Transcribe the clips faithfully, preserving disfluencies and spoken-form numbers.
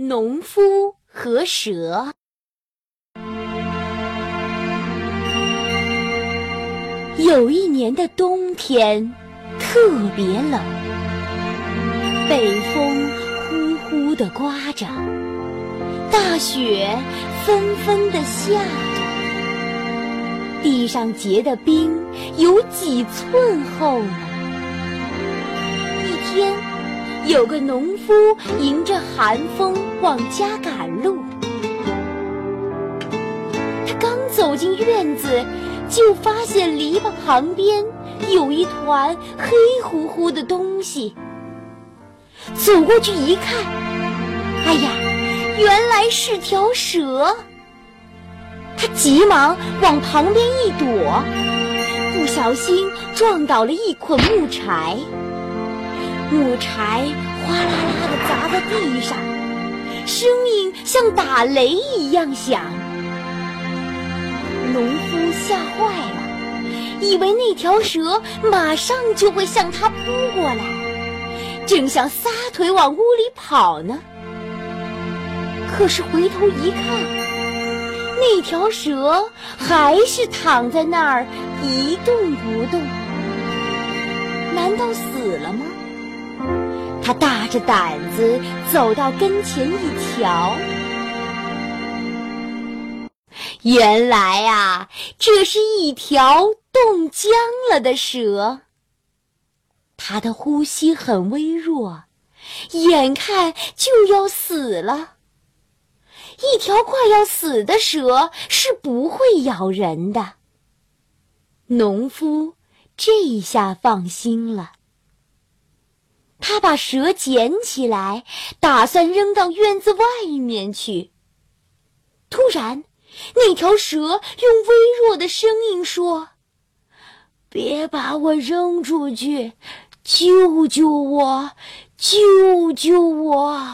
农夫和蛇。有一年的冬天特别冷，北风呼呼地刮着，大雪纷纷地下着，地上结的冰有几寸厚呢。一天，有个农夫迎着寒风往家赶路，他刚走进院子，就发现篱笆旁边有一团黑乎乎的东西。走过去一看，哎呀，原来是条蛇。他急忙往旁边一躲，不小心撞倒了一捆木柴，木柴哗啦啦地砸在地上，声音像打雷一样响。农夫吓坏了，以为那条蛇马上就会向他扑过来，正想撒腿往屋里跑呢。可是回头一看，那条蛇还是躺在那儿一动不动。难道死了吗？他大着胆子走到跟前一瞧，原来啊，这是一条冻僵了的蛇。它的呼吸很微弱，眼看就要死了。一条快要死的蛇是不会咬人的。农夫这下放心了。他把蛇捡起来，打算扔到院子外面去。突然，那条蛇用微弱的声音说：“别把我扔出去，救救我，救救我！”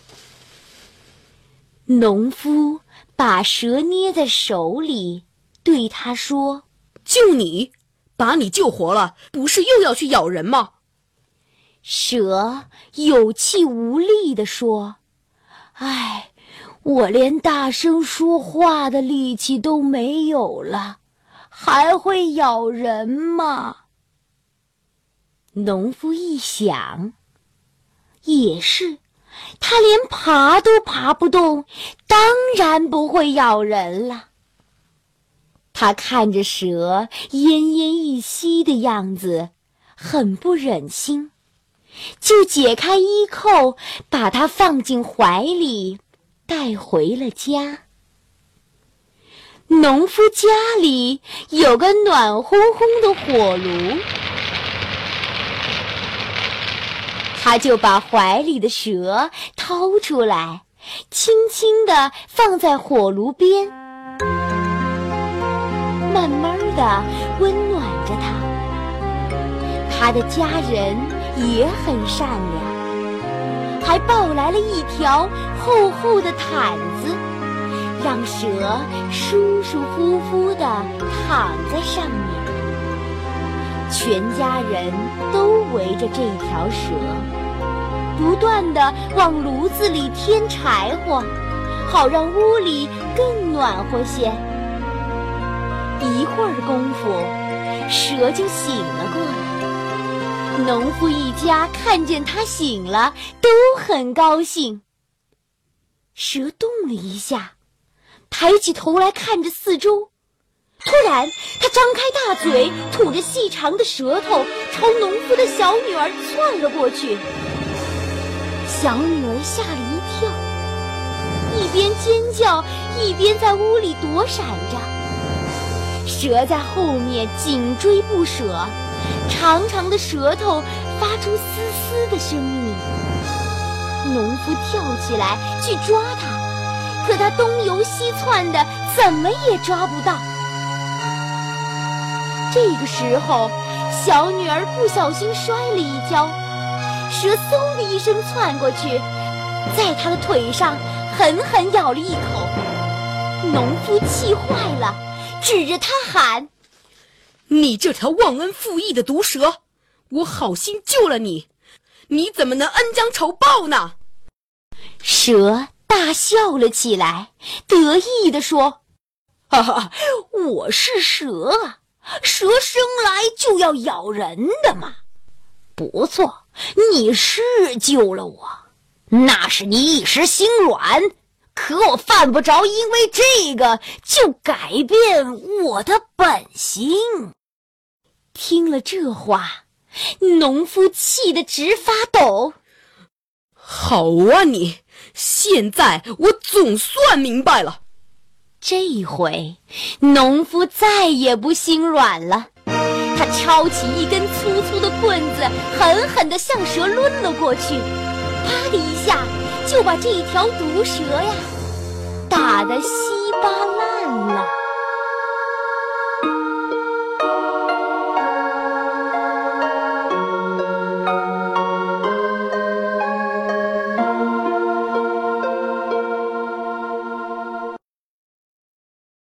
农夫把蛇捏在手里，对他说：“ 救你？把你救活了，不是又要去咬人吗？” 蛇有气无力地说：“唉，我连大声说话的力气都没有了，还会咬人吗？”农夫一想，也是，他连爬都爬不动，当然不会咬人了。他看着蛇奄奄一息的样子，很不忍心，就解开衣扣，把它放进怀里，带回了家。农夫家里有个暖烘烘的火炉，他就把怀里的蛇掏出来，轻轻地放在火炉边，慢慢地温暖着它。他的家人也很善良，还抱来了一条厚厚的毯子，让蛇舒舒服服地躺在上面。全家人都围着这条蛇，不断地往炉子里添柴火，好让屋里更暖和些。一会儿功夫，蛇就醒了过来。农夫一家看见它醒了，都很高兴。蛇动了一下，抬起头来看着四周，突然它张开大嘴，吐着细长的舌头，朝农夫的小女儿窜了过去。小女儿吓了一跳，一边尖叫一边在屋里躲闪着。蛇在后面紧追不舍，长长的舌头发出嘶嘶的声音。农夫跳起来去抓它，可它东游西窜的，怎么也抓不到。这个时候，小女儿不小心摔了一跤，蛇嗖的一声窜过去，在她的腿上狠狠咬了一口。农夫气坏了，指着他喊：“ 你这条忘恩负义的毒蛇，我好心救了你，你怎么能恩将仇报呢？” 蛇大笑了起来，得意地说：“哈哈，我是蛇啊，蛇生来就要咬人的嘛。不错，你是救了我，那是你一时心软，可我犯不着因为这个就改变我的本性。”听了这话，农夫气得直发抖。 好啊你，现在我总算明白了。 这回农夫再也不心软了，他抄起一根粗粗的棍子，狠狠地向蛇抡了过去，啪的一下就把这条毒蛇呀打得稀巴烂了。